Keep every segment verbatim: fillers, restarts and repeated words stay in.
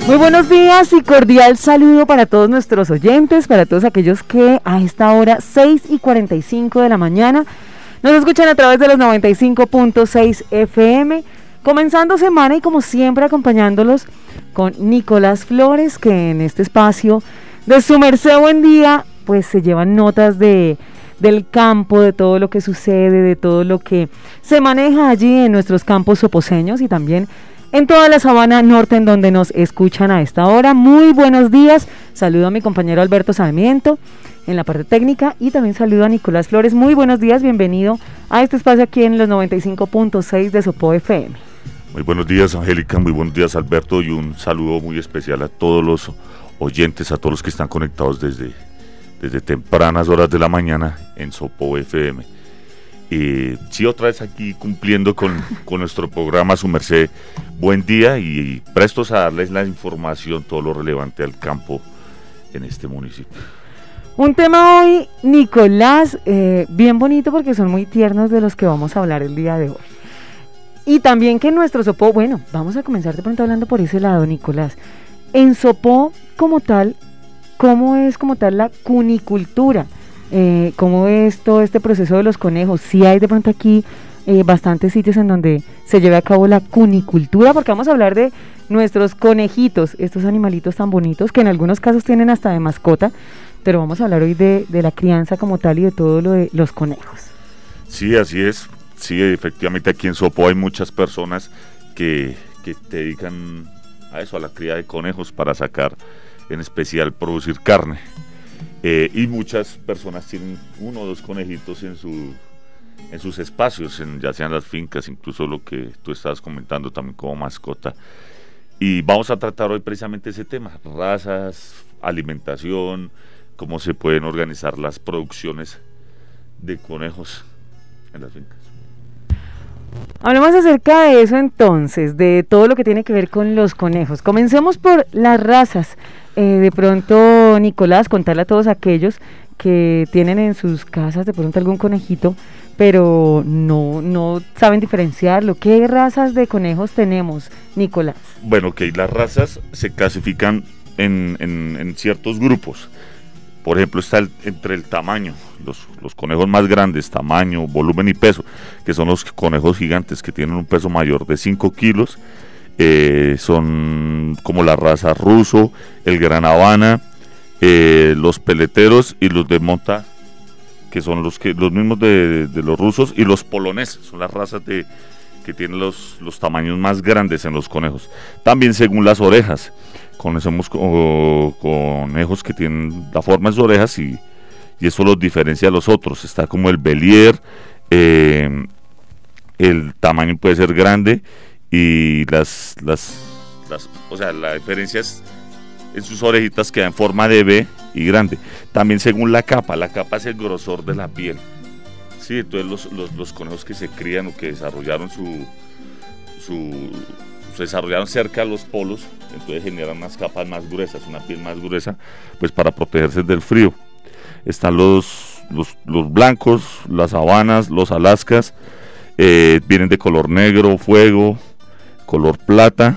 Muy buenos días y cordial saludo para todos nuestros oyentes, para todos aquellos que a esta hora, seis y cuarenta y cinco de la mañana, nos escuchan a través de los noventa y cinco punto seis F M, comenzando semana y como siempre acompañándolos con Nicolás Flores, que en este espacio de su merced buen día, pues se llevan notas de del campo, de todo lo que sucede, de todo lo que se maneja allí en nuestros campos soposeños y también en toda la sabana norte en donde nos escuchan a esta hora. Muy buenos días, saludo a mi compañero Alberto Sarmiento en la parte técnica y también saludo a Nicolás Flores. Muy buenos días, bienvenido a este espacio aquí en los noventa y cinco punto seis de Sopó F M. Muy buenos días, Angélica, muy buenos días, Alberto, y un saludo muy especial a todos los oyentes, a todos los que están conectados desde, desde tempranas horas de la mañana en Sopó F M. Eh, sí, otra vez aquí cumpliendo con, con nuestro programa Su Merced Buen Día y, y prestos a darles la información, todo lo relevante al campo en este municipio. Un tema hoy, Nicolás, eh, bien bonito porque son muy tiernos de los que vamos a hablar el día de hoy. Y también que nuestro Sopó, bueno, vamos a comenzar de pronto hablando por ese lado, Nicolás. En Sopó, como tal, ¿cómo es como tal la cunicultura? Eh, ¿Cómo es todo este proceso de los conejos? Sí hay de pronto aquí eh, bastantes sitios en donde se lleve a cabo la cunicultura, porque vamos a hablar de nuestros conejitos, estos animalitos tan bonitos que en algunos casos tienen hasta de mascota, pero vamos a hablar hoy de, de la crianza como tal y de todo lo de los conejos. Sí, así es. Sí, efectivamente aquí en Sopó hay muchas personas que, que te dedican a eso, a la cría de conejos para sacar, en especial, producir carne. Eh, y muchas personas tienen uno o dos conejitos en su en sus espacios, en, ya sean las fincas, incluso lo que tú estabas comentando también como mascota. Y vamos a tratar hoy precisamente ese tema, razas, alimentación, cómo se pueden organizar las producciones de conejos en las fincas. Hablemos acerca de eso entonces, de todo lo que tiene que ver con los conejos. Comencemos por las razas. Eh, de pronto, Nicolás, contarle a todos aquellos que tienen en sus casas de pronto algún conejito, pero no, no saben diferenciarlo. ¿Qué razas de conejos tenemos, Nicolás? Bueno, ok, las razas se clasifican en, en, en ciertos grupos. Por ejemplo, está el, entre el tamaño, los, los conejos más grandes, tamaño, volumen y peso, que son los conejos gigantes que tienen un peso mayor de cinco kilos. Eh, son como la raza ruso, el gran Habana, eh, los peleteros y los de monta, que son los que los mismos de, de los rusos, y los poloneses, son las razas de, que tienen los, los tamaños más grandes en los conejos. También según las orejas, conocemos co- conejos que tienen la forma de sus orejas y, y eso los diferencia de los otros. Está como el Bellier, eh, el tamaño puede ser grande y las, las, las, o sea, la diferencia es en sus orejitas que dan forma de V y grande. También según la capa, la capa es el grosor de la piel. Sí, entonces los, los, los conejos que se crían o que desarrollaron su, su, se desarrollaron cerca de los polos, entonces generan unas capas más gruesas, una piel más gruesa, pues para protegerse del frío. Están los, los, los blancos, las sabanas, los alaskas, eh, vienen de color negro, fuego, color plata,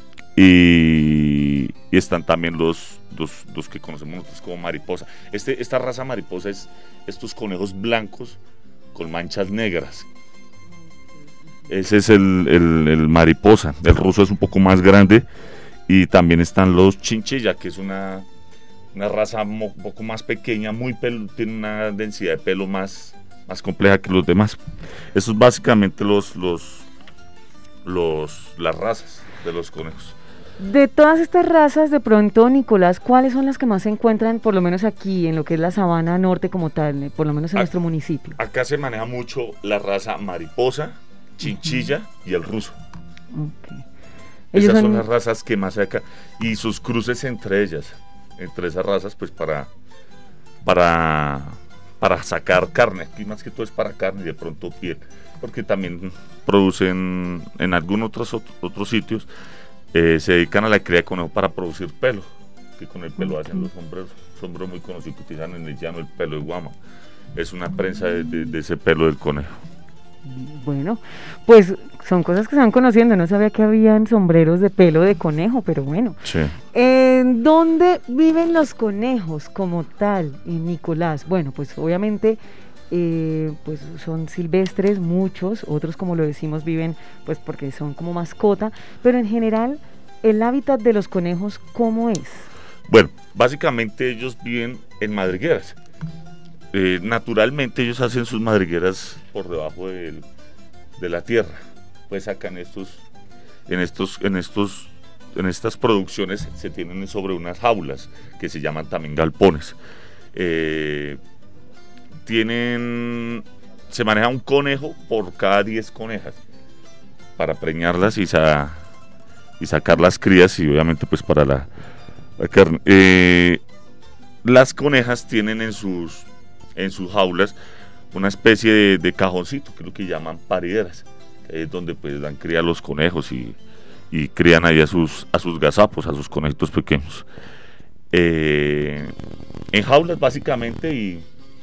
y, y están también los, los, los que conocemos nosotros como mariposa. Este, esta raza mariposa es estos conejos blancos con manchas negras. Ese es el, el, el mariposa. El ruso es un poco más grande. Y también están los chinchilla, que es una, una raza un mo- poco más pequeña, muy pelo, tiene una densidad de pelo más, más compleja que los demás. Eso es básicamente los, los, los, las razas de los conejos. De todas estas razas, de pronto, Nicolás, ¿cuáles son las que más se encuentran, por lo menos aquí, en lo que es la sabana norte como tal, por lo menos en a, nuestro municipio? Acá se maneja mucho la raza mariposa, chinchilla uh-huh. y el ruso. Okay. Esas son... son las razas que más hay acá. Y sus cruces entre ellas, entre esas razas, pues para, para, para sacar carne. Aquí más que todo es para carne y de pronto piel. Porque también producen en algunos otros, otros sitios. Eh, se dedican a la cría de conejo para producir pelo, que con el pelo hacen los sombreros, sombrero muy conocido que utilizan en el llano, el pelo de guama, es una prensa de, de, de ese pelo del conejo. Bueno, pues son cosas que se van conociendo. No sabía que habían sombreros de pelo de conejo, pero bueno. Sí. ¿En dónde viven los conejos como tal, en Nicolás? Bueno, pues obviamente eh, pues son silvestres, muchos, otros como lo decimos viven pues porque son como mascota, pero en general el hábitat de los conejos, ¿cómo es? Bueno, básicamente ellos viven en madrigueras. Eh, naturalmente ellos hacen sus madrigueras por debajo del, de la tierra. Pues acá en estos, en estos, en estos, en estas producciones se tienen sobre unas jaulas que se llaman también galpones. Eh, tienen, se maneja un conejo por cada diez conejas para preñarlas y, sa, y sacar las crías y obviamente pues para la, la carne. Eh, las conejas tienen en sus en sus jaulas una especie de, de cajoncito, que es lo que llaman parideras, que es donde pues dan cría a los conejos y, y crían ahí a sus, a sus gazapos, a sus conejitos pequeños. Eh, en jaulas básicamente y,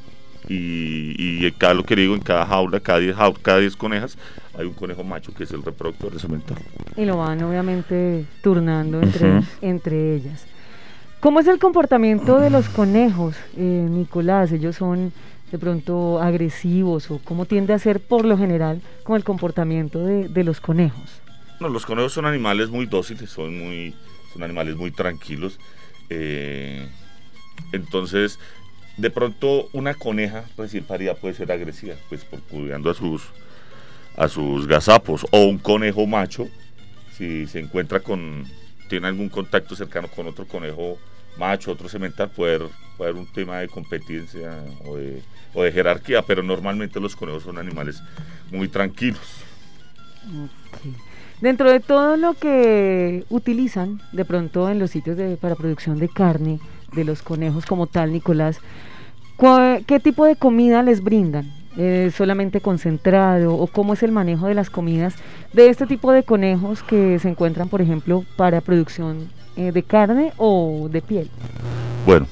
y, y cada lo que digo, en cada jaula, cada diez, jaula, cada diez conejas, hay un conejo macho que es el reproductor de semental. Y lo van obviamente turnando entre, Uh-huh. entre ellas. ¿Cómo es el comportamiento de los conejos, eh, Nicolás? ¿Ellos son de pronto agresivos o cómo tiende a ser por lo general con el comportamiento de, de los conejos? No, los conejos son animales muy dóciles, son, muy, son animales muy tranquilos. Eh, entonces, de pronto una coneja recién parida puede ser agresiva, pues por cuidando a sus, a sus gazapos, o un conejo macho, si se encuentra con, tiene algún contacto cercano con otro conejo macho, otro semental, puede haber, puede haber un tema de competencia o de, o de jerarquía, pero normalmente los conejos son animales muy tranquilos. Okay. Dentro de todo lo que utilizan de pronto en los sitios de, para producción de carne de los conejos como tal, Nicolás, ¿qué tipo de comida les brindan? ¿Eh, solamente concentrado o cómo es el manejo de las comidas de este tipo de conejos que se encuentran, por ejemplo, para producción eh, de carne o de piel? Bueno,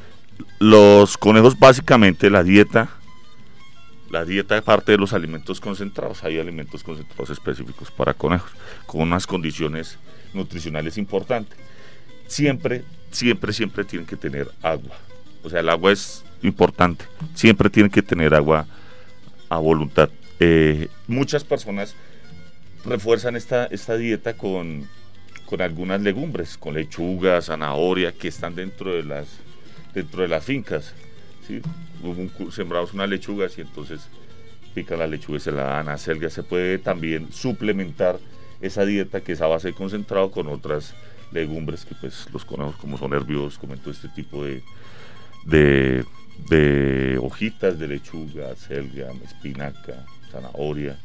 los conejos básicamente la dieta, la dieta es parte de los alimentos concentrados. Hay alimentos concentrados específicos para conejos con unas condiciones nutricionales importantes. Siempre, siempre, siempre tienen que tener agua. O sea, el agua es importante. Siempre tienen que tener agua a voluntad. Eh, muchas personas refuerzan esta, esta dieta con, con algunas legumbres, con lechuga, zanahoria, que están dentro de las, dentro de las fincas, ¿sí? Sembramos unas lechugas y entonces pican la lechuga y se la dan a selga. Se puede también suplementar esa dieta que es a base de concentrado con otras legumbres que pues los conejos, como son herbívoros, comen todo este tipo de de de hojitas de lechuga, selga, espinaca, zanahoria.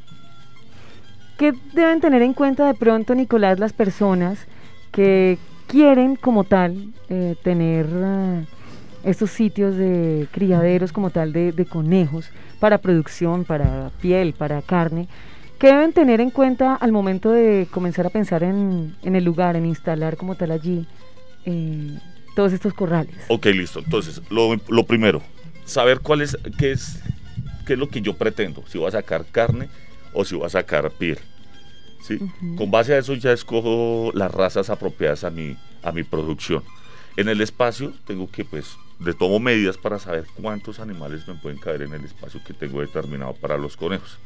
¿Qué deben tener en cuenta de pronto, Nicolás, las personas que quieren como tal eh, tener uh, estos sitios de criaderos como tal de, de conejos para producción, para piel, para carne? ¿Qué deben tener en cuenta al momento de comenzar a pensar en, en el lugar, en instalar como tal allí eh, todos estos corrales? Ok, listo. Entonces, lo, lo primero, saber cuál es, qué es, qué es lo que yo pretendo, si voy a sacar carne o si voy a sacar piel, ¿sí? Uh-huh. Con base a eso ya escojo las razas apropiadas a mi, a mi producción. En el espacio tengo que, pues, le tomo medidas para saber cuántos animales me pueden caber en el espacio que tengo determinado para los conejos.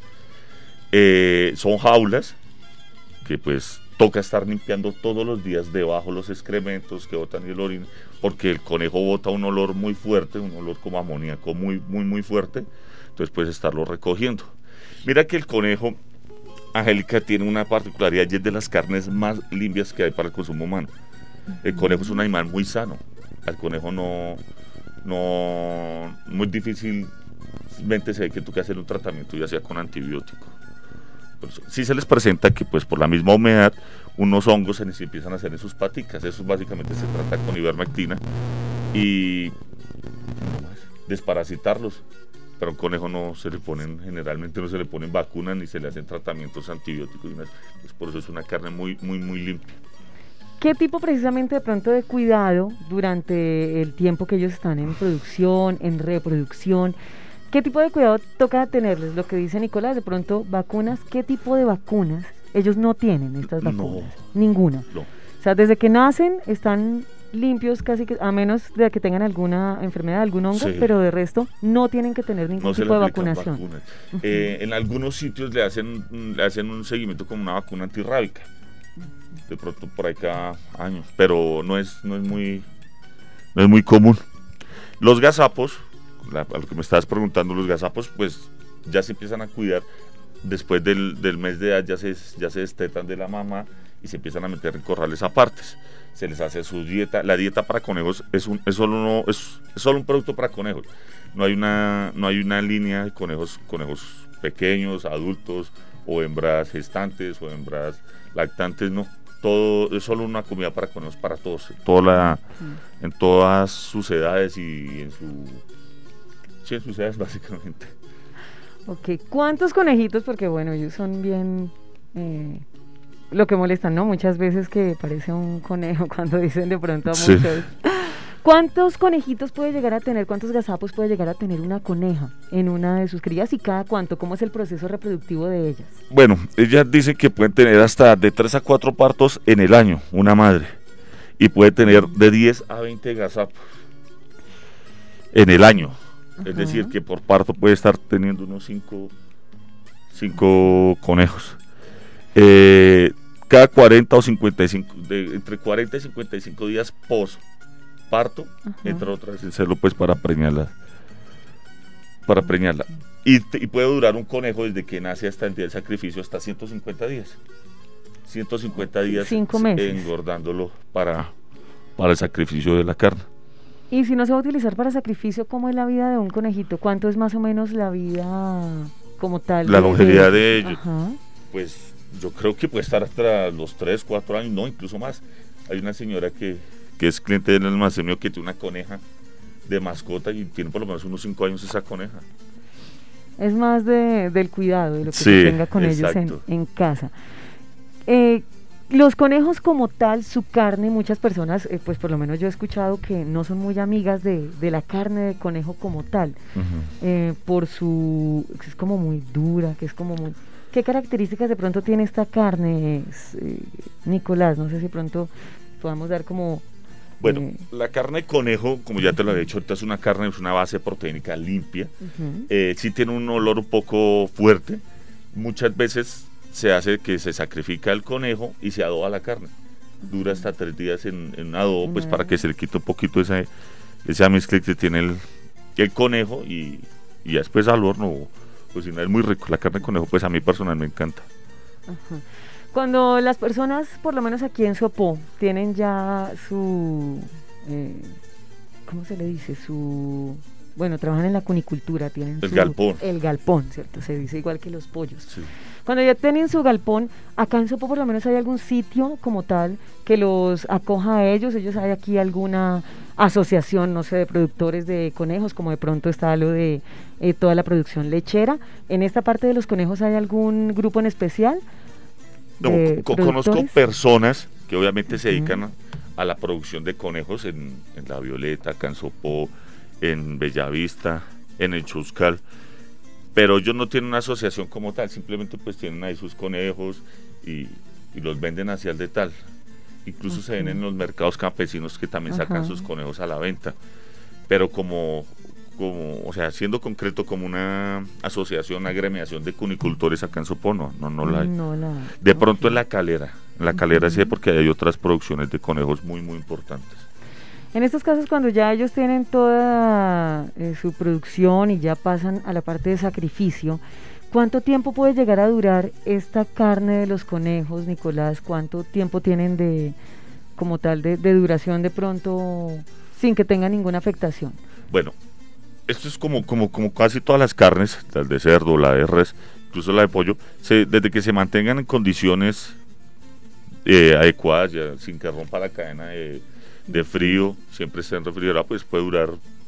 Eh, son jaulas que pues toca estar limpiando todos los días debajo los excrementos que botan y el orina, porque el conejo bota un olor muy fuerte, un olor como amoníaco muy, muy, muy fuerte, entonces puedes estarlo recogiendo. Mira que el conejo, Angélica, tiene una particularidad y es de las carnes más limpias que hay para el consumo humano. El conejo es un animal muy sano, al conejo no, no, muy difícilmente se ve que tú que hacer un tratamiento ya sea con antibiótico. Sí se les presenta que pues por la misma humedad unos hongos se les empiezan a hacer en sus paticas. Eso básicamente se trata con ivermectina y desparasitarlos, pero a un conejo no se le ponen, generalmente no se le ponen vacunas ni se le hacen tratamientos antibióticos, pues por eso es una carne muy muy muy limpia. ¿Qué tipo precisamente de pronto de cuidado durante el tiempo que ellos están en producción, en reproducción, ¿Qué tipo de cuidado toca tenerles? Lo que dice Nicolás, de pronto vacunas, ¿qué tipo de vacunas ellos no tienen estas vacunas? No, Ninguna. no. O sea, desde que nacen están limpios casi que, a menos de que tengan alguna enfermedad, algún hongo, Sí. pero de resto no tienen que tener ningún No se tipo le de aplican vacunación. vacunas. Eh, en algunos sitios le hacen, le hacen un seguimiento con una vacuna antirrábica. De pronto por ahí cada año, pero no es, no es muy, no es muy común. Los gazapos, la, a lo que me estabas preguntando, los gazapos, pues ya se empiezan a cuidar después del, del mes de edad, ya se, ya se destetan de la mamá y se empiezan a meter en corrales apartes. Se les hace su dieta. La dieta para conejos es un, es solo uno, es, es solo un producto para conejos. No hay una, no hay una línea de conejos, conejos pequeños, adultos, o hembras gestantes, o hembras lactantes, no. Todo es solo una comida para conejos para todos, toda la, mm. en todas sus edades y en su, sí, en sus edades básicamente. Ok, ¿cuántos conejitos? Porque bueno, ellos son bien, eh, lo que molestan, ¿no? Muchas veces que parece un conejo cuando dicen de pronto a sí. muchos. ¿Cuántos conejitos puede llegar a tener, cuántos gazapos puede llegar a tener una coneja en una de sus crías y cada cuánto? ¿Cómo es el proceso reproductivo de ellas? Bueno, ellas dicen que pueden tener hasta de tres a cuatro partos en el año, una madre, y puede tener de diez a veinte gazapos en el año. Ajá. Es decir, que por parto puede estar teniendo unos cinco conejos. Eh, cada cuarenta o cincuenta y cinco, de, entre cuarenta y cincuenta y cinco días post parto, ajá, entra otra vez el celo pues para preñarla, para preñarla. Y, y puede durar un conejo desde que nace hasta el día del sacrificio hasta ciento cincuenta días. ciento cincuenta días Cinco meses. Engordándolo para, para el sacrificio de la carne. Y si no se va a utilizar para sacrificio, ¿cómo es la vida de un conejito? ¿Cuánto es más o menos la vida como tal? La de, longevidad de, de ellos. Ajá. Pues yo creo que puede estar hasta los tres, cuatro años, no, incluso más. Hay una señora que, que es cliente del almacén mío que tiene una coneja de mascota y tiene por lo menos unos cinco años esa coneja. Es más de, del cuidado, de lo que sí, se tenga con exacto. ellos en, en casa. Eh, los conejos como tal, su carne, muchas personas, eh, pues por lo menos yo he escuchado que no son muy amigas de, de la carne de conejo como tal, uh-huh. eh, por su, es como muy dura, que es como muy... ¿Qué características de pronto tiene esta carne, eh, Nicolás? No sé si pronto podamos dar como... Bueno, eh, la carne de conejo, como ya te lo había dicho, ahorita es una carne, es una base proteínica limpia, uh-huh. eh, sí tiene un olor un poco fuerte, muchas veces se hace que se sacrifica el conejo y se adoba la carne, uh-huh. dura hasta tres días en, en adobo, uh-huh. pues para que se le quite un poquito esa, esa mezcla que tiene el, el conejo y, y después al horno, cocinar, es muy rico, la carne de conejo pues a mí personalmente me encanta. Uh-huh. Cuando las personas, por lo menos aquí en Sopó, tienen ya su, eh, ¿cómo se le dice? Su, bueno, trabajan en la cunicultura, tienen el su, galpón. El galpón, ¿cierto? Se dice igual que los pollos. Sí. Cuando ya tienen su galpón, acá en Sopó por lo menos hay algún sitio como tal que los acoja a ellos. Ellos hay aquí alguna asociación, no sé, de productores de conejos, como de pronto está lo de eh, toda la producción lechera. En esta parte de los conejos hay algún grupo en especial. No, co- conozco personas que obviamente se dedican uh-huh. a, a la producción de conejos en, en La Violeta, acá en Sopó, en Bellavista, en el Chuscal, pero ellos no tienen una asociación como tal, simplemente pues tienen ahí sus conejos y, y los venden hacia el de tal. Incluso uh-huh. se ven en los mercados campesinos que también uh-huh. sacan sus conejos a la venta, pero como... como, o sea, siendo concreto como una asociación, una agremiación de cunicultores acá en Sopó, no, no, no la hay. No la hay. De pronto en La Calera, en La Calera uh-huh. sí, porque hay otras producciones de conejos muy, muy importantes. En estos casos, cuando ya ellos tienen toda eh, su producción y ya pasan a la parte de sacrificio, ¿cuánto tiempo puede llegar a durar esta carne de los conejos, Nicolás? ¿Cuánto tiempo tienen de, como tal, de, de duración de pronto sin que tenga ninguna afectación? Bueno, esto es como, como, como casi todas las carnes, la de cerdo, la de res, incluso la de pollo, se, desde que se mantengan en condiciones eh, adecuadas, ya, sin que rompa la cadena de, de frío, siempre esté en refrigerado, pues puede durar,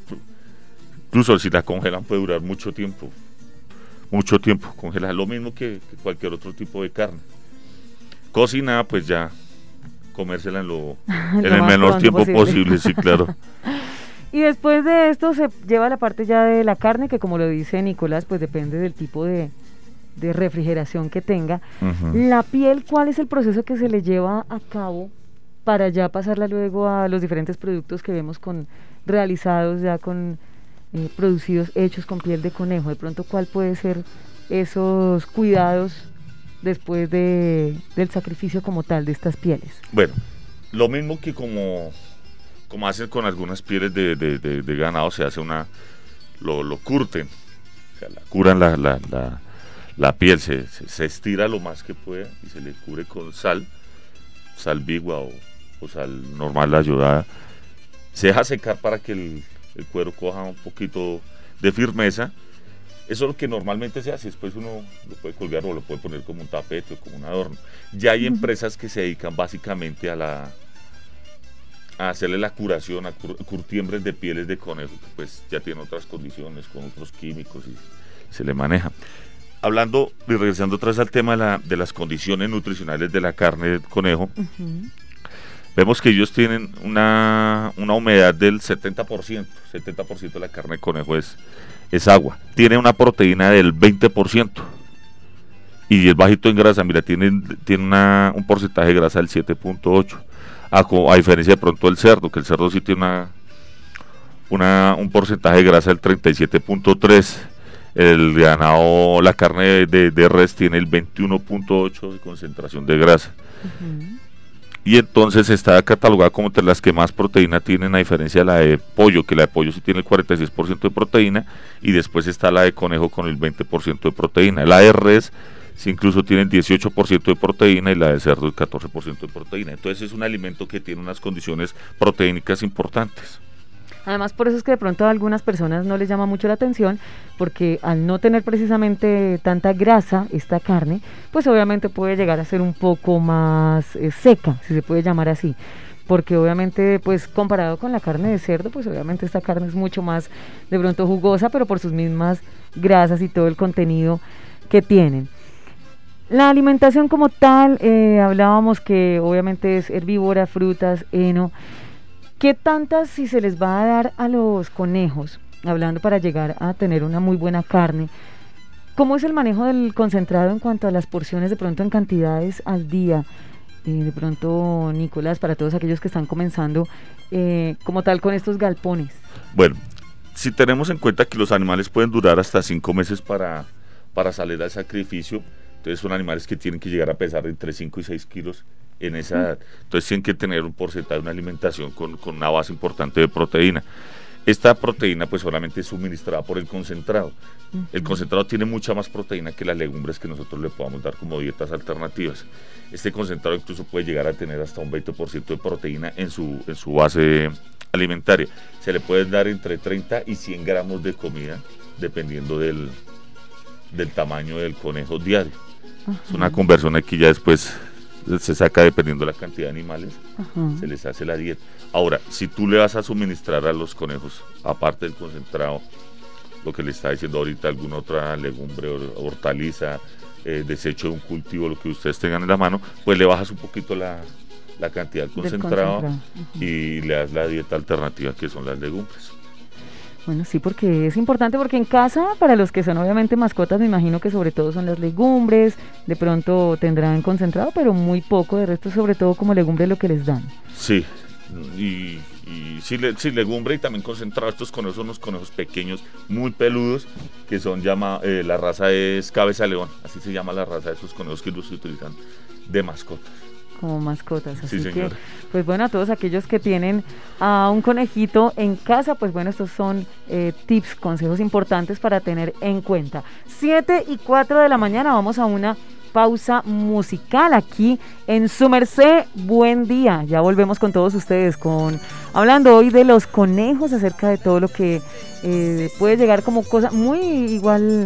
incluso si la congelan puede durar mucho tiempo, mucho tiempo, congelar, lo mismo que, que cualquier otro tipo de carne. Cocinada, pues ya, comérsela en, lo, en el menor tiempo posible. posible, sí, claro. Y después de esto se lleva la parte ya de la carne, que como lo dice Nicolás, pues depende del tipo de, de refrigeración que tenga. Uh-huh. La piel, ¿cuál es el proceso que se le lleva a cabo para ya pasarla luego a los diferentes productos que vemos con realizados ya con eh, producidos, hechos con piel de conejo? De pronto, ¿cuál puede ser esos cuidados después de, del sacrificio como tal de estas pieles? Bueno, lo mismo que como... como hacen con algunas pieles de, de, de, de ganado, se hace una, lo, lo curten, o sea, la curan la, la, la, la piel, se, se, se estira lo más que pueda y se le cubre con sal, sal vigua o, o sal normal, la ayudada, se deja secar para que el, el cuero coja un poquito de firmeza. Eso es lo que normalmente se hace, después uno lo puede colgar o lo puede poner como un tapete o como un adorno. Ya hay empresas que se dedican básicamente a la a hacerle la curación, a cur curtiembres de pieles de conejo, que pues ya tiene otras condiciones, con otros químicos y se le maneja. Hablando y regresando otra vez al tema de, la, de las condiciones nutricionales de la carne de conejo, uh-huh. Vemos que ellos tienen una, una humedad del setenta por ciento, setenta por ciento de la carne de conejo es, es agua, tiene una proteína del veinte por ciento y es bajito en grasa, mira, tiene, tiene una, un porcentaje de grasa del siete punto ocho. A, a diferencia de pronto del cerdo, que el cerdo sí tiene una, una, un porcentaje de grasa del treinta y siete punto tres, el ganado, la carne de, de, de res tiene el veintiuno punto ocho de concentración de grasa. Uh-huh. Y entonces está catalogada como entre las que más proteína tienen, a diferencia de la de pollo, que la de pollo sí tiene el cuarenta y seis por ciento de proteína, y después está la de conejo con el veinte por ciento de proteína. La de res si incluso tienen dieciocho por ciento de proteína y la de cerdo el catorce por ciento de proteína. Entonces es un alimento que tiene unas condiciones proteínicas importantes. Además, por eso es que de pronto a algunas personas no les llama mucho la atención, porque al no tener precisamente tanta grasa esta carne, pues obviamente puede llegar a ser un poco más eh, seca, si se puede llamar así, porque obviamente pues comparado con la carne de cerdo, pues obviamente esta carne es mucho más de pronto jugosa, pero por sus mismas grasas y todo el contenido que tienen. La alimentación como tal, eh, hablábamos que obviamente es herbívora, frutas, heno. ¿Qué tantas si se les va a dar a los conejos, hablando para llegar a tener una muy buena carne? ¿Cómo es el manejo del concentrado en cuanto a las porciones de pronto en cantidades al día? Eh, de pronto, Nicolás, para todos aquellos que están comenzando eh, como tal con estos galpones. Bueno, si tenemos en cuenta que los animales pueden durar hasta cinco meses para, para salir al sacrificio, entonces son animales que tienen que llegar a pesar entre cinco y seis kilos en esa edad. Entonces tienen que tener un porcentaje de una alimentación con, con una base importante de proteína. Esta proteína pues solamente es suministrada por el concentrado. Uh-huh. El concentrado tiene mucha más proteína que las legumbres que nosotros le podamos dar como dietas alternativas. Este concentrado incluso puede llegar a tener hasta un veinte por ciento de proteína en su, en su base alimentaria. Se le puede dar entre treinta y cien gramos de comida dependiendo del, del tamaño del conejo diario. Uh-huh. Es una conversión aquí ya después se saca dependiendo de la cantidad de animales, uh-huh. Se les hace la dieta. Ahora, si tú le vas a suministrar a los conejos, aparte del concentrado, lo que le está diciendo ahorita, alguna otra legumbre o hortaliza, eh, desecho de un cultivo, lo que ustedes tengan en la mano, pues le bajas un poquito la, la cantidad del concentrado, concentrado. Uh-huh. Y le das la dieta alternativa que son las legumbres. Bueno, sí, porque es importante, porque en casa, para los que son obviamente mascotas, me imagino que sobre todo son las legumbres, de pronto tendrán concentrado, pero muy poco, de resto sobre todo como legumbre lo que les dan. Sí, y, y sí, le, sí, legumbre y también concentrado. Estos conejos son unos conejos pequeños, muy peludos, que son llama, eh, la raza es cabeza león, así se llama la raza de esos conejos que los utilizan de mascotas. Como mascotas, así sí, que, pues bueno, a todos aquellos que tienen a un conejito en casa, pues bueno, estos son eh, tips, consejos importantes para tener en cuenta. siete y cuatro de la mañana, vamos a una pausa musical aquí en Su Merced, buen día. Ya volvemos con todos ustedes, con hablando hoy de los conejos, acerca de todo lo que eh, puede llegar como cosa muy igual...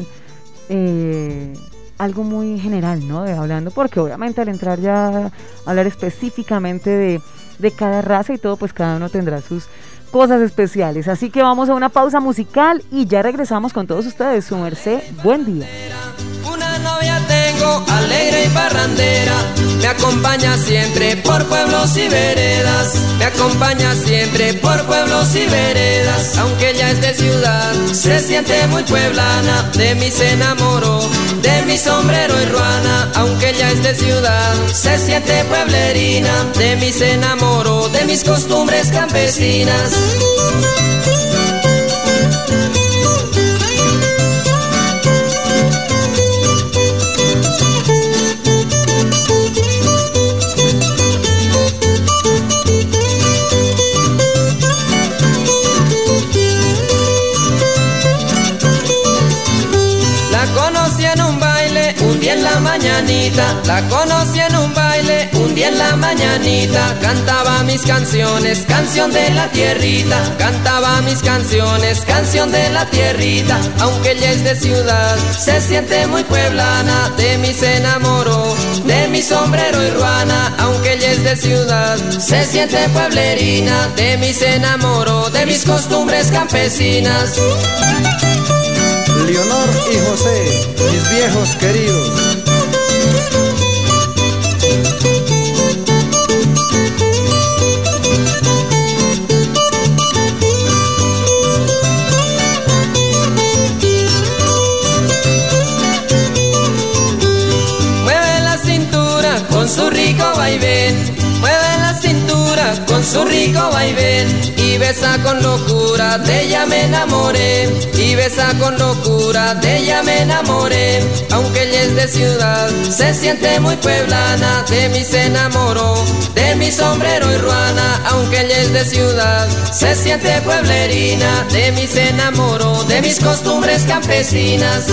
Eh, algo muy general, ¿no? De hablando, porque obviamente al entrar ya a hablar específicamente de, de cada raza y todo, pues cada uno tendrá sus cosas especiales. Así que vamos a una pausa musical y ya regresamos con todos ustedes. Su Merced, buen día. Una novia tengo, alegre y parrandera, me acompaña acompaña siempre por pueblos y veredas, me acompaña siempre por pueblos y veredas. Aunque ella es de ciudad, se siente muy pueblana, de mí se enamoró, de mi sombrero y ruana. Aunque ella es de ciudad, se siente pueblerina, de mí se enamoró, de mis costumbres campesinas. En la mañanita, la conocí en un baile, un día en la mañanita, cantaba mis canciones, canción de la tierrita, cantaba mis canciones, canción de la tierrita. Aunque ella es de ciudad, se siente muy pueblana, de mí se enamoró, de mi sombrero y ruana. Aunque ella es de ciudad, se siente pueblerina, de mí se enamoró, de mis costumbres campesinas. Leonor y José, mis viejos queridos. Mueve la cintura con su rico vaivén, mueve la cintura con su rico vaivén, y besa con locura, de ella me enamoré, y besa con locura, de ella me enamoré. Aunque ella es de ciudad, se siente muy pueblana, de mí se enamoró, de mi sombrero y ruana. Aunque ella es de ciudad, se siente pueblerina, de mí se enamoró, de mis costumbres campesinas.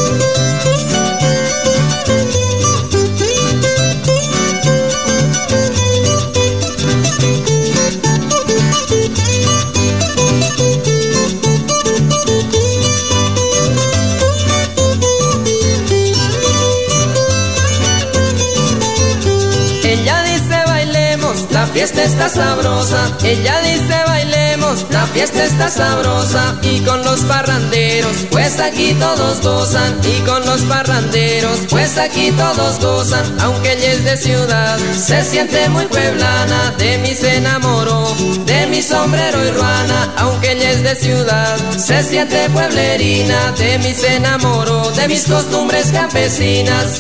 La fiesta está sabrosa, ella dice bailemos, la fiesta está sabrosa. Y con los parranderos, pues aquí todos gozan, y con los parranderos, pues aquí todos gozan. Aunque ella es de ciudad, se siente muy pueblana, de mí se enamoró, de mi sombrero y ruana. Aunque ella es de ciudad, se siente pueblerina, de mí se enamoró, de mis costumbres campesinas.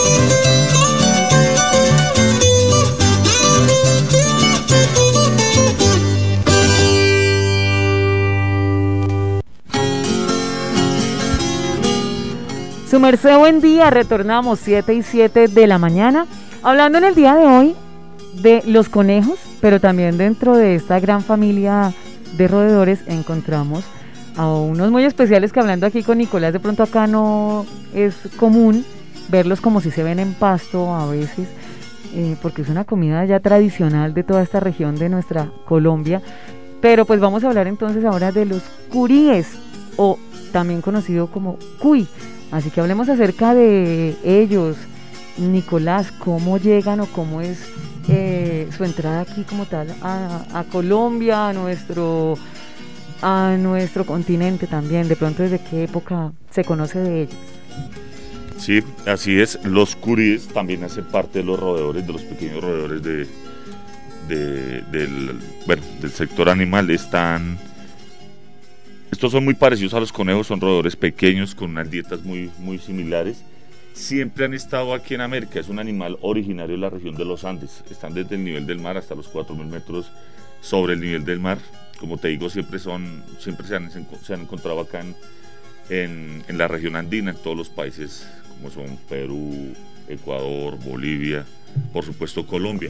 Su merced, buen día, retornamos siete y siete de la mañana, hablando en el día de hoy de los conejos, pero también dentro de esta gran familia de roedores encontramos a unos muy especiales que, hablando aquí con Nicolás, de pronto acá no es común verlos como si se ven en pasto a veces, eh, porque es una comida ya tradicional de toda esta región de nuestra Colombia. Pero pues vamos a hablar entonces ahora de los curíes, o también conocido como cuy. Así que hablemos acerca de ellos. Nicolás, ¿cómo llegan o cómo es eh, su entrada aquí como tal a, a Colombia, a nuestro, a nuestro continente también? De pronto, ¿desde qué época se conoce de ellos? Sí, así es. Los curíes también hacen parte de los roedores, de los pequeños roedores de, de, del, bueno, del sector animal. Están... Estos son muy parecidos a los conejos, son roedores pequeños con unas dietas muy, muy similares. Siempre han estado aquí en América, es un animal originario de la región de los Andes. Están desde el nivel del mar hasta los cuatro mil metros sobre el nivel del mar. Como te digo, siempre, son, siempre se, han, se han encontrado acá en, en, en la región andina, en todos los países como son Perú, Ecuador, Bolivia, por supuesto Colombia.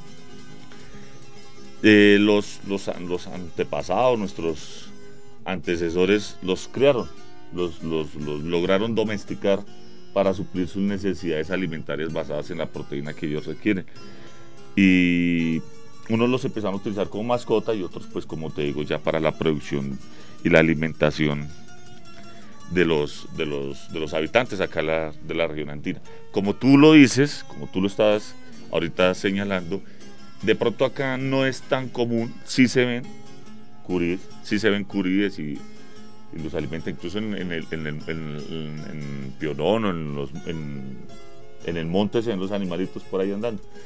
Eh, los, los, los antepasados, nuestros antecesores los criaron, los, los, los lograron domesticar para suplir sus necesidades alimentarias basadas en la proteína que ellos requieren. Y unos los empezaron a utilizar como mascota y otros, pues como te digo, ya para la producción y la alimentación de los, de los, de los habitantes acá la, de la región andina. Como tú lo dices, como tú lo estás ahorita señalando, de pronto acá no es tan común, sí se ven curíes, sí se ven curíes y, y los alimentan, incluso en, en, el, en, el, en, en, en Pionón o en, los, en, en el monte se ven los animalitos por ahí andando.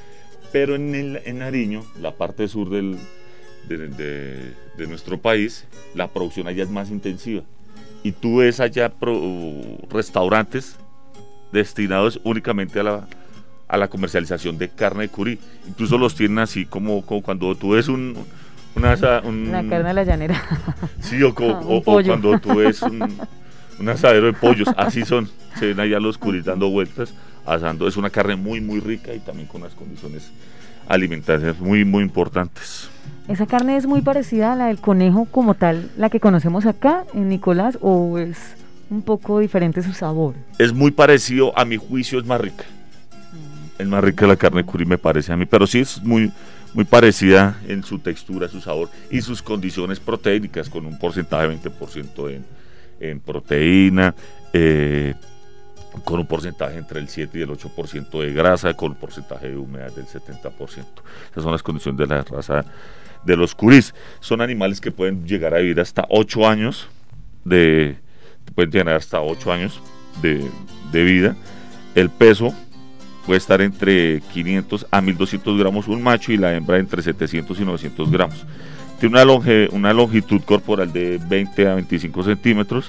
Pero en, el, en Nariño, la parte sur del, de, de, de nuestro país, la producción allá es más intensiva. Y tú ves allá pro, restaurantes destinados únicamente a la, a la comercialización de carne de curí. Incluso los tienen así como, como cuando tú ves un... Una, un la carne de la llanera. Sí, o, o, o, o cuando tú ves un, un asadero de pollos, así son. Se ven allá los curis dando vueltas, asando. Es una carne muy, muy rica y también con unas condiciones alimentarias muy, muy importantes. ¿Esa carne es muy parecida a la del conejo como tal, la que conocemos acá en Nicolás, o es un poco diferente su sabor? Es muy parecido, a mi juicio es más rica. Mm. Es más rica la carne de curí, me parece a mí, pero sí es muy... muy parecida en su textura, su sabor y sus condiciones proteínicas, con un porcentaje de veinte por ciento en, en proteína, eh, con un porcentaje entre el siete y el ocho por ciento de grasa, con un porcentaje de humedad del setenta por ciento. Esas son las condiciones de la raza de los curís. Son animales que pueden llegar a vivir hasta ocho años de, pueden tener hasta ocho años de, de vida. El peso puede estar entre quinientos a mil doscientos gramos un macho y la hembra entre setecientos y novecientos gramos. Tiene una, longe, una longitud corporal de veinte a veinticinco centímetros,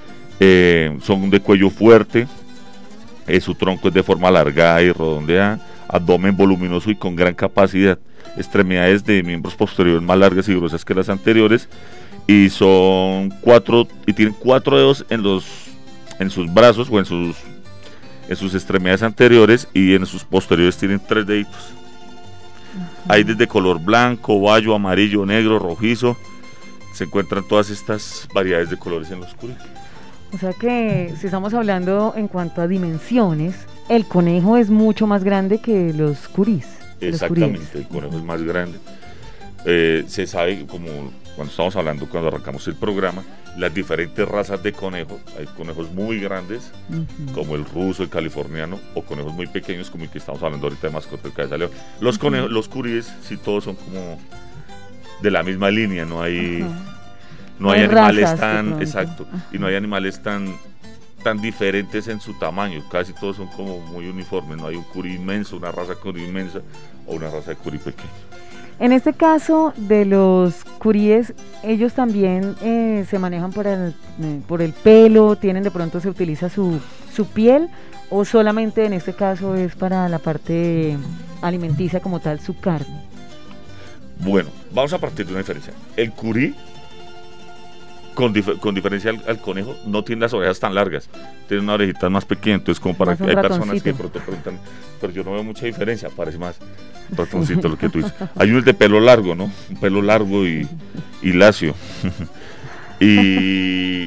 eh, son de cuello fuerte, eh, su tronco es de forma alargada y redondeada, abdomen voluminoso y con gran capacidad, extremidades de miembros posteriores más largas y gruesas que las anteriores, y son cuatro, y tienen cuatro dedos en los, en sus brazos o en sus en sus extremidades anteriores, y en sus posteriores tienen tres deditos. Uh-huh. Hay desde color blanco, bayo, amarillo, negro, rojizo. Se encuentran todas estas variedades de colores en los curís. O sea que si estamos hablando en cuanto a dimensiones, el conejo es mucho más grande que los curís. Exactamente, los el conejo es más grande. Eh, se sabe, como cuando estamos hablando, cuando arrancamos el programa, las diferentes razas de conejos. Hay conejos muy grandes, uh-huh, como el ruso, el californiano, o conejos muy pequeños, como el que estamos hablando ahorita de mascota, el cabeza de león. Los conejos, uh-huh, los curíes, sí, todos son como de la misma línea, no hay, uh-huh, no hay, hay animales tan, exacto, uh-huh, y no hay animales tan, tan diferentes en su tamaño, casi todos son como muy uniformes, no hay un curí inmenso, una raza de curí inmensa, o una raza de curí pequeño. En este caso de los curíes, ellos también eh, se manejan por el, eh, por el pelo, tienen de pronto se utiliza su, su piel, o solamente en este caso es para la parte alimenticia como tal, su carne. Bueno, vamos a partir de una diferencia. El curí, con, dif- con diferencia al, al conejo, no tiene las orejas tan largas, tiene una orejita más pequeña, entonces como para que hay personas que de pronto preguntan, pero yo no veo mucha diferencia, parece más ratoncito lo que tú dices. Hay unos de pelo largo, ¿no? Un pelo largo y, y lacio. y,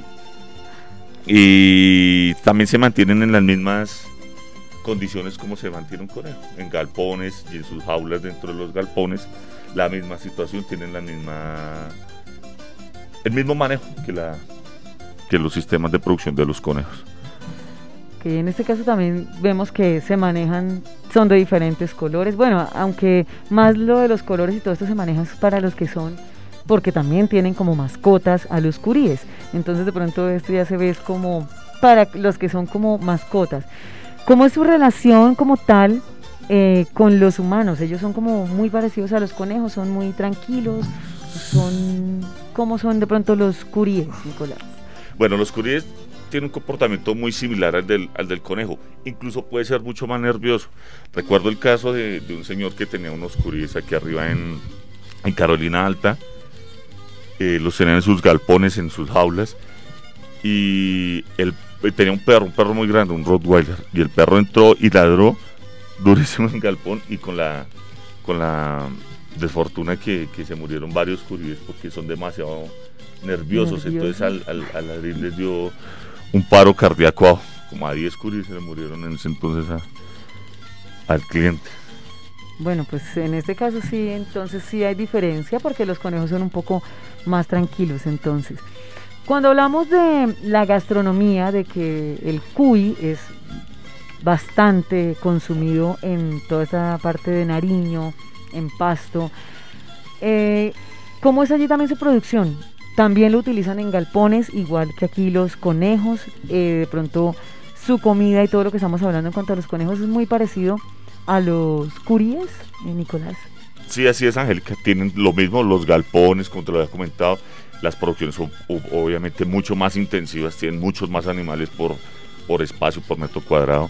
y también se mantienen en las mismas condiciones como se mantiene un conejo, en galpones y en sus jaulas dentro de los galpones, la misma situación, tienen la misma el mismo manejo que la que los sistemas de producción de los conejos. Que en este caso también vemos que se manejan, son de diferentes colores, bueno, aunque más lo de los colores y todo esto se maneja para los que son, porque también tienen como mascotas a los curíes, entonces de pronto esto ya se ve como para los que son como mascotas. ¿Cómo es su relación como tal eh, con los humanos? Ellos son como muy parecidos a los conejos, son muy tranquilos, son ¿cómo son de pronto los curíes, Nicolás? Bueno, los curíes tienen un comportamiento muy similar al del, al del conejo, incluso puede ser mucho más nervioso. Recuerdo el caso de, de un señor que tenía unos curíes aquí arriba en, en Carolina Alta, eh, los tenían en sus galpones, en sus jaulas, y él tenía un perro, un perro muy grande, un Rottweiler, y el perro entró y ladró durísimo en el galpón, y con la con la desfortuna que, que se murieron varios curíes porque son demasiado nerviosos, nerviosos. Entonces al, al, al ladrir les dio un paro cardíaco a, como a diez curíes se le murieron en ese entonces a, al cliente. Bueno, pues en este caso sí, entonces sí hay diferencia porque los conejos son un poco más tranquilos. Entonces, cuando hablamos de la gastronomía, de que el cuy es bastante consumido en toda esta parte de Nariño, en Pasto, eh, ¿cómo es allí también su producción? También lo utilizan en galpones, igual que aquí los conejos, eh, de pronto su comida y todo lo que estamos hablando en cuanto a los conejos es muy parecido a los curíes, eh, Nicolás. Sí, así es, Angélica. Tienen lo mismo, los galpones, como te lo había comentado. Las producciones son obviamente mucho más intensivas, tienen muchos más animales por, por espacio, por metro cuadrado.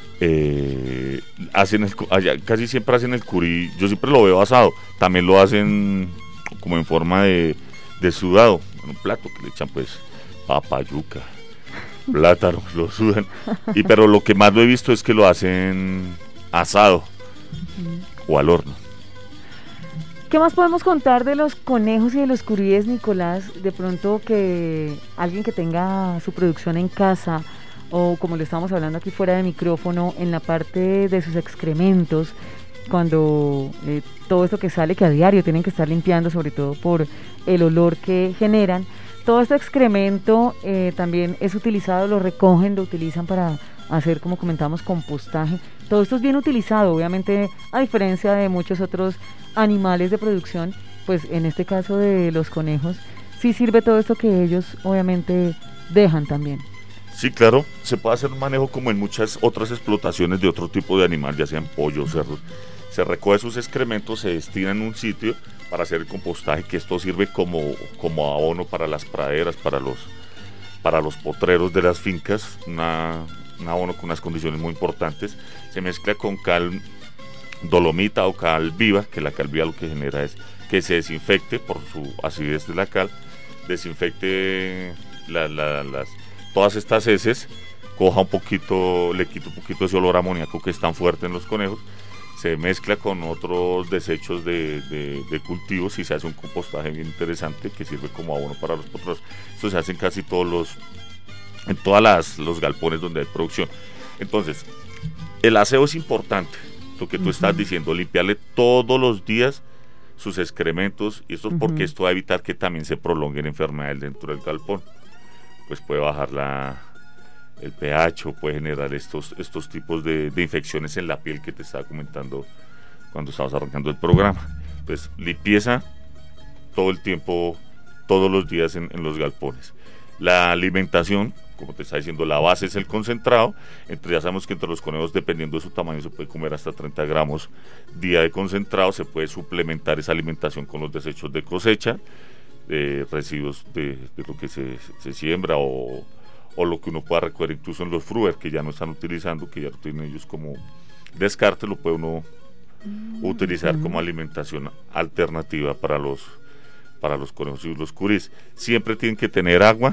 Eh, hacen el, allá, casi siempre hacen el curí, yo siempre lo veo asado, también lo hacen como en forma de, de sudado, en un plato que le echan pues papa, yuca, plátano, lo sudan, y pero lo que más lo he visto es que lo hacen asado uh-huh. o al horno. ¿Qué más podemos contar de los conejos y de los curíes, Nicolás? De pronto que alguien que tenga su producción en casa, o como le estábamos hablando aquí fuera de micrófono, en la parte de sus excrementos, cuando eh, todo esto que sale, que a diario tienen que estar limpiando, sobre todo por el olor que generan, todo este excremento eh, también es utilizado, lo recogen, lo utilizan para hacer, como comentamos, compostaje. Todo esto es bien utilizado, obviamente, a diferencia de muchos otros animales de producción, pues en este caso de los conejos, sí sirve todo esto que ellos obviamente dejan también. Sí, claro, se puede hacer un manejo como en muchas otras explotaciones de otro tipo de animal, ya sean pollos, cerdos. Se recoge sus excrementos, se destina en un sitio para hacer el compostaje, que esto sirve como, como abono para las praderas, para los, para los potreros de las fincas, una, un abono con unas condiciones muy importantes. Se mezcla con cal dolomita o cal viva, que la cal viva lo que genera es que se desinfecte por su acidez de la cal, desinfecte la, la, las todas estas heces, coja un poquito, le quita un poquito ese olor amoníaco que es tan fuerte en los conejos, se mezcla con otros desechos de, de, de cultivos y se hace un compostaje bien interesante que sirve como abono para los potreros. Esto se hace en casi todos los, en todas las los galpones donde hay producción. Entonces, el aseo es importante, lo que tú uh-huh. estás diciendo, limpiarle todos los días sus excrementos, y esto es porque uh-huh. esto va a evitar que también se prolonguen enfermedades dentro del galpón. Pues puede bajar la, el pH, puede generar estos, estos tipos de, de infecciones en la piel que te estaba comentando cuando estabas arrancando el programa. Entonces, limpieza todo el tiempo, todos los días en, en los galpones. La alimentación, como te está diciendo, la base es el concentrado. Entre, ya sabemos que entre los conejos, dependiendo de su tamaño, se puede comer hasta treinta gramos día de concentrado. Se puede suplementar esa alimentación con los desechos de cosecha, de residuos de, de lo que se, se siembra, o, o lo que uno pueda recoger incluso en los fruer que ya no están utilizando, que ya lo tienen ellos como descarte, lo puede uno mm, utilizar mm. como alimentación alternativa para los para los conejos y los curis. Siempre tienen que tener agua,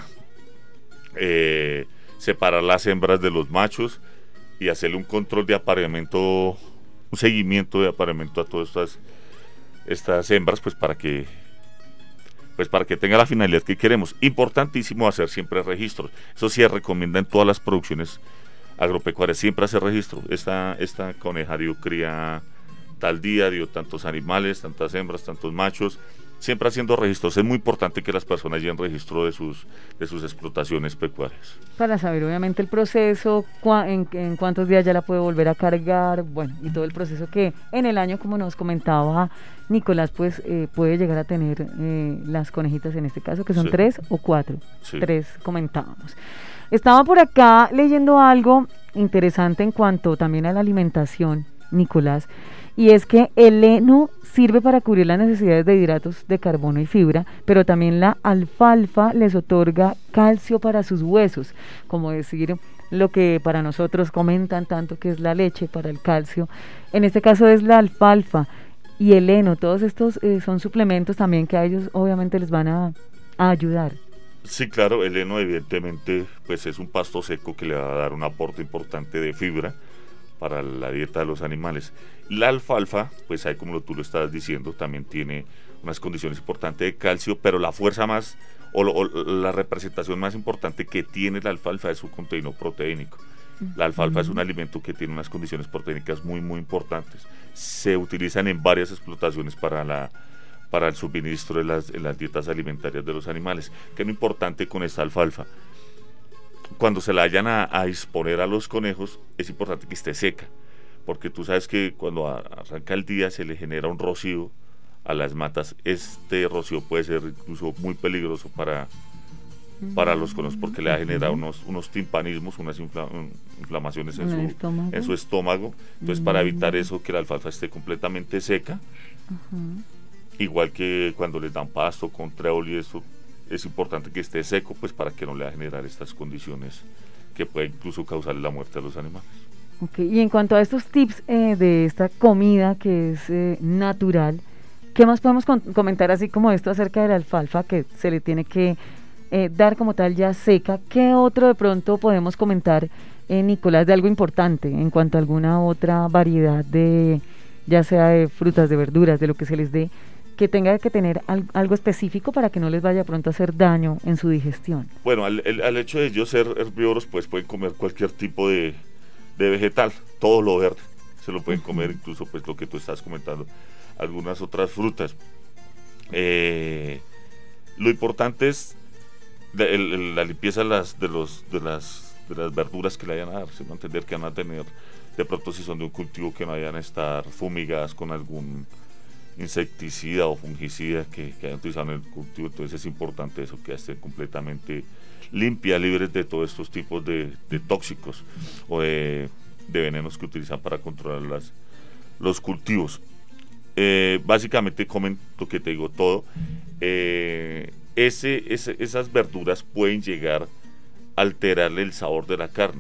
eh, separar las hembras de los machos y hacerle un control de apareamiento, un seguimiento de apareamiento a todas estas, estas hembras, pues para que pues para que tenga la finalidad que queremos. Importantísimo hacer siempre registros. Eso sí se recomienda en todas las producciones agropecuarias, siempre hacer registro. Esta, esta coneja dio cría tal día, dio tantos animales, tantas hembras, tantos machos, siempre haciendo registros. Es muy importante que las personas lleven registro de sus, de sus explotaciones pecuarias. Para saber obviamente el proceso, cua, en, en cuántos días ya la puede volver a cargar, bueno, y todo el proceso que en el año, como nos comentaba Nicolás, pues eh, puede llegar a tener eh, las conejitas en este caso, que son sí. tres o cuatro, sí. tres comentábamos. Estaba por acá leyendo algo interesante en cuanto también a la alimentación, Nicolás, y es que el heno sirve para cubrir las necesidades de hidratos de carbono y fibra, pero también la alfalfa les otorga calcio para sus huesos, como decir lo que para nosotros comentan tanto que es la leche para el calcio. En este caso es la alfalfa y el heno, todos estos eh, son suplementos también que a ellos obviamente les van a, a ayudar. Sí, claro, el heno evidentemente pues es un pasto seco que le va a dar un aporte importante de fibra para la dieta de los animales. La alfalfa, pues ahí como tú lo estabas diciendo, también tiene unas condiciones importantes de calcio, pero la fuerza más o, lo, o la representación más importante que tiene la alfalfa es su contenido proteínico. La alfalfa uh-huh. es un alimento que tiene unas condiciones proteínicas muy muy importantes. Se utilizan en varias explotaciones para la para el suministro de las, de las dietas alimentarias de los animales. ¿Qué es lo importante con esta alfalfa? Cuando se la vayan a, a exponer a los conejos, es importante que esté seca, porque tú sabes que cuando arranca el día se le genera un rocío a las matas. Este rocío puede ser incluso muy peligroso para, para los conejos porque le va a generar unos, unos timpanismos, unas infla, inflamaciones en, ¿En su, estómago? en su estómago. Entonces, mm. para evitar eso, que la alfalfa esté completamente seca, uh-huh. igual que cuando les dan pasto con trébol y eso, es importante que esté seco, pues para que no le va a generar estas condiciones que puede incluso causarle la muerte a los animales. Okay. Y en cuanto a estos tips eh, de esta comida que es eh, natural, ¿qué más podemos con- comentar así como esto acerca de la alfalfa que se le tiene que eh, dar como tal ya seca? ¿Qué otro de pronto podemos comentar, eh, Nicolás, de algo importante en cuanto a alguna otra variedad de, ya sea de frutas, de verduras, de lo que se les dé, que tenga que tener al- algo específico para que no les vaya pronto a hacer daño en su digestión? Bueno, al, el, al hecho de ellos ser herbívoros, pues pueden comer cualquier tipo de, de vegetal, todo lo verde, se lo pueden uh-huh. comer, incluso pues lo que tú estás comentando, algunas otras frutas. Eh, lo importante es de, el, el, la limpieza de las, de, los, de, las, de las verduras que le vayan a dar, sin entender que van a tener, de pronto si son de un cultivo, que no vayan a estar fumigadas con algún insecticida o fungicida que, que hayan utilizado en el cultivo. Entonces es importante eso, que estén completamente limpias, libres de todos estos tipos de, de tóxicos o de, de venenos que utilizan para controlar las, los cultivos. Eh, básicamente comen lo que te digo, todo. Eh, ese, ese, esas verduras pueden llegar a alterarle el sabor de la carne.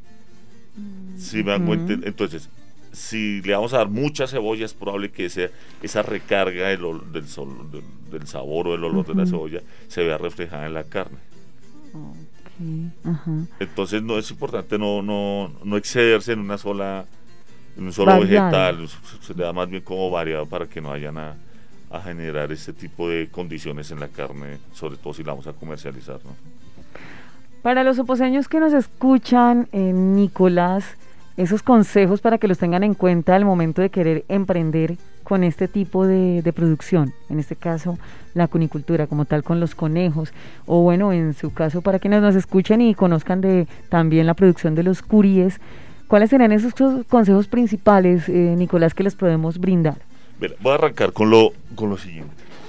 Mm, ¿Sí me dan cuenta? Entonces, si le vamos a dar mucha cebolla, es probable que ese, esa recarga del, del, sol, del, del sabor o del olor uh-huh. de la cebolla se vea reflejada en la carne. Okay. Uh-huh. Entonces, no es importante no, no, no excederse en una sola en un solo variado. Vegetal, se le da más bien como variado para que no vayan a, a generar este tipo de condiciones en la carne, sobre todo si la vamos a comercializar, ¿no? Para los oposeños que nos escuchan, eh, Nicolás, esos consejos para que los tengan en cuenta al momento de querer emprender con este tipo de, de producción, en este caso la cunicultura como tal con los conejos, o bueno, en su caso para quienes nos escuchen y conozcan de también la producción de los curíes, ¿cuáles serían esos consejos principales, eh, Nicolás, que les podemos brindar? Mira, voy a arrancar con lo, con lo siguiente.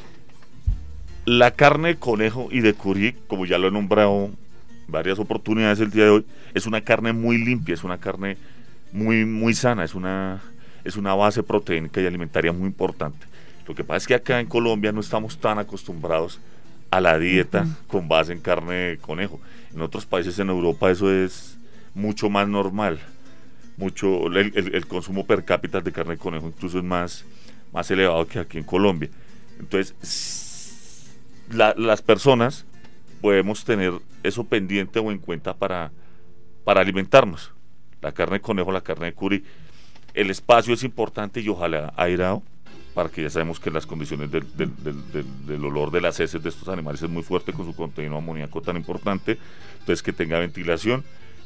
La carne de conejo y de curí, como ya lo he nombrado varias oportunidades el día de hoy, es una carne muy limpia, es una carne muy, muy sana, es una, es una base proteínica y alimentaria muy importante. Lo que pasa es que acá en Colombia no estamos tan acostumbrados a la dieta uh-huh. con base en carne de conejo. En otros países en Europa eso es mucho más normal. Mucho el, el, el consumo per cápita de carne de conejo incluso es más, más elevado que aquí en Colombia. Entonces, la, las personas podemos tener eso pendiente o en cuenta para, para alimentarnos. La carne de conejo, la carne de curí, el espacio es importante y ojalá airado, para que ya sabemos que las condiciones del, del, del, del, del olor de las heces de estos animales es muy fuerte con su contenido amoníaco tan importante, entonces que tenga ventilación.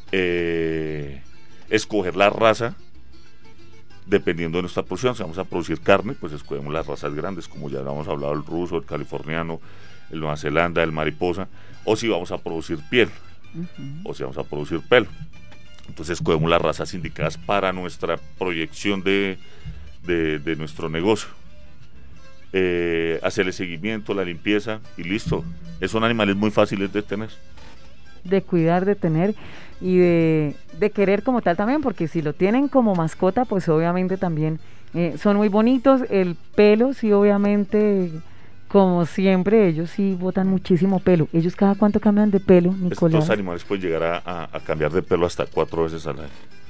Eh, escoger la raza dependiendo de nuestra producción. Si vamos a producir carne, pues escogemos las razas grandes, como ya hemos hablado, el ruso, el californiano, el Nueva Zelanda, el mariposa, o si vamos a producir piel, uh-huh. o si vamos a producir pelo. Entonces escogemos las razas indicadas para nuestra proyección de, de, de nuestro negocio. Eh, hacerle seguimiento, la limpieza y listo. Esos son animales muy fáciles de tener. De cuidar, de tener y de, de querer como tal también, porque si lo tienen como mascota, pues obviamente también eh, son muy bonitos. El pelo, sí, obviamente, como siempre, ellos sí botan muchísimo pelo. ¿Ellos cada cuánto cambian de pelo, Nicolás? Estos animales pueden llegar a, a, a cambiar de pelo hasta cuatro veces al año.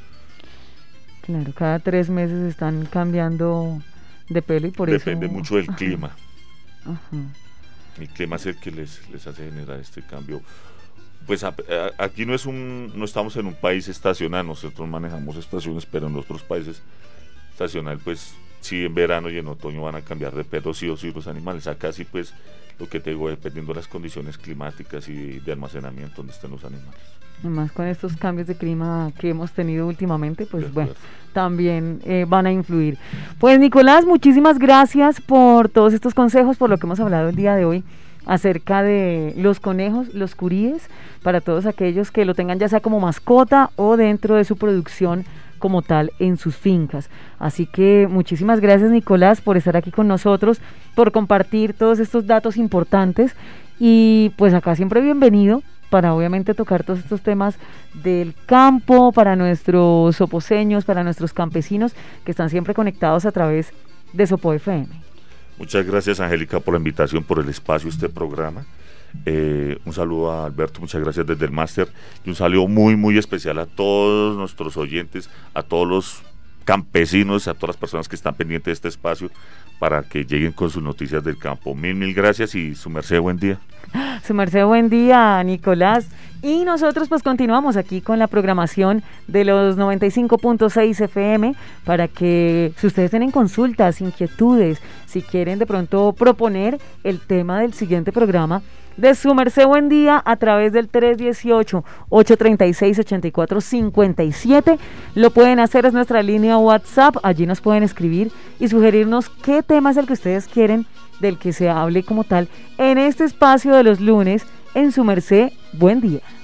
Claro, cada tres meses están cambiando de pelo y por Depende eso... Depende mucho del clima. Ajá. El clima es el que les, les hace generar este cambio. Pues a, a, aquí no es un no estamos en un país estacional, nosotros manejamos estaciones, pero en otros países estacional, pues sí, en verano y en otoño van a cambiar de pelo sí o sí los animales. Acá sí, pues lo que te digo, dependiendo de las condiciones climáticas y de almacenamiento donde estén los animales. Además, con estos cambios de clima que hemos tenido últimamente, pues de bueno, también eh, van a influir. Pues Nicolás, muchísimas gracias por todos estos consejos, por lo que hemos hablado el día de hoy acerca de los conejos, los curíes, para todos aquellos que lo tengan ya sea como mascota o dentro de su producción como tal en sus fincas. Así que muchísimas gracias, Nicolás, por estar aquí con nosotros, por compartir todos estos datos importantes, y pues acá siempre bienvenido para obviamente tocar todos estos temas del campo, para nuestros soposeños, para nuestros campesinos que están siempre conectados a través de Sopo F M. Muchas gracias, Angélica, por la invitación, por el espacio de este programa. Eh, un saludo a Alberto, muchas gracias desde el máster, y un saludo muy muy especial a todos nuestros oyentes, a todos los campesinos, a todas las personas que están pendientes de este espacio para que lleguen con sus noticias del campo. Mil, mil gracias y su merced, buen día. Su merced, buen día, Nicolás. Y nosotros pues continuamos aquí con la programación de los noventa y cinco punto seis F M para que si ustedes tienen consultas, inquietudes, si quieren de pronto proponer el tema del siguiente programa de su merced, buen día, a través del tres uno ocho, ocho tres seis, ocho cuatro cinco siete, lo pueden hacer, es nuestra línea WhatsApp, allí nos pueden escribir y sugerirnos qué tema es el que ustedes quieren del que se hable como tal en este espacio de los lunes en su merced, buen día.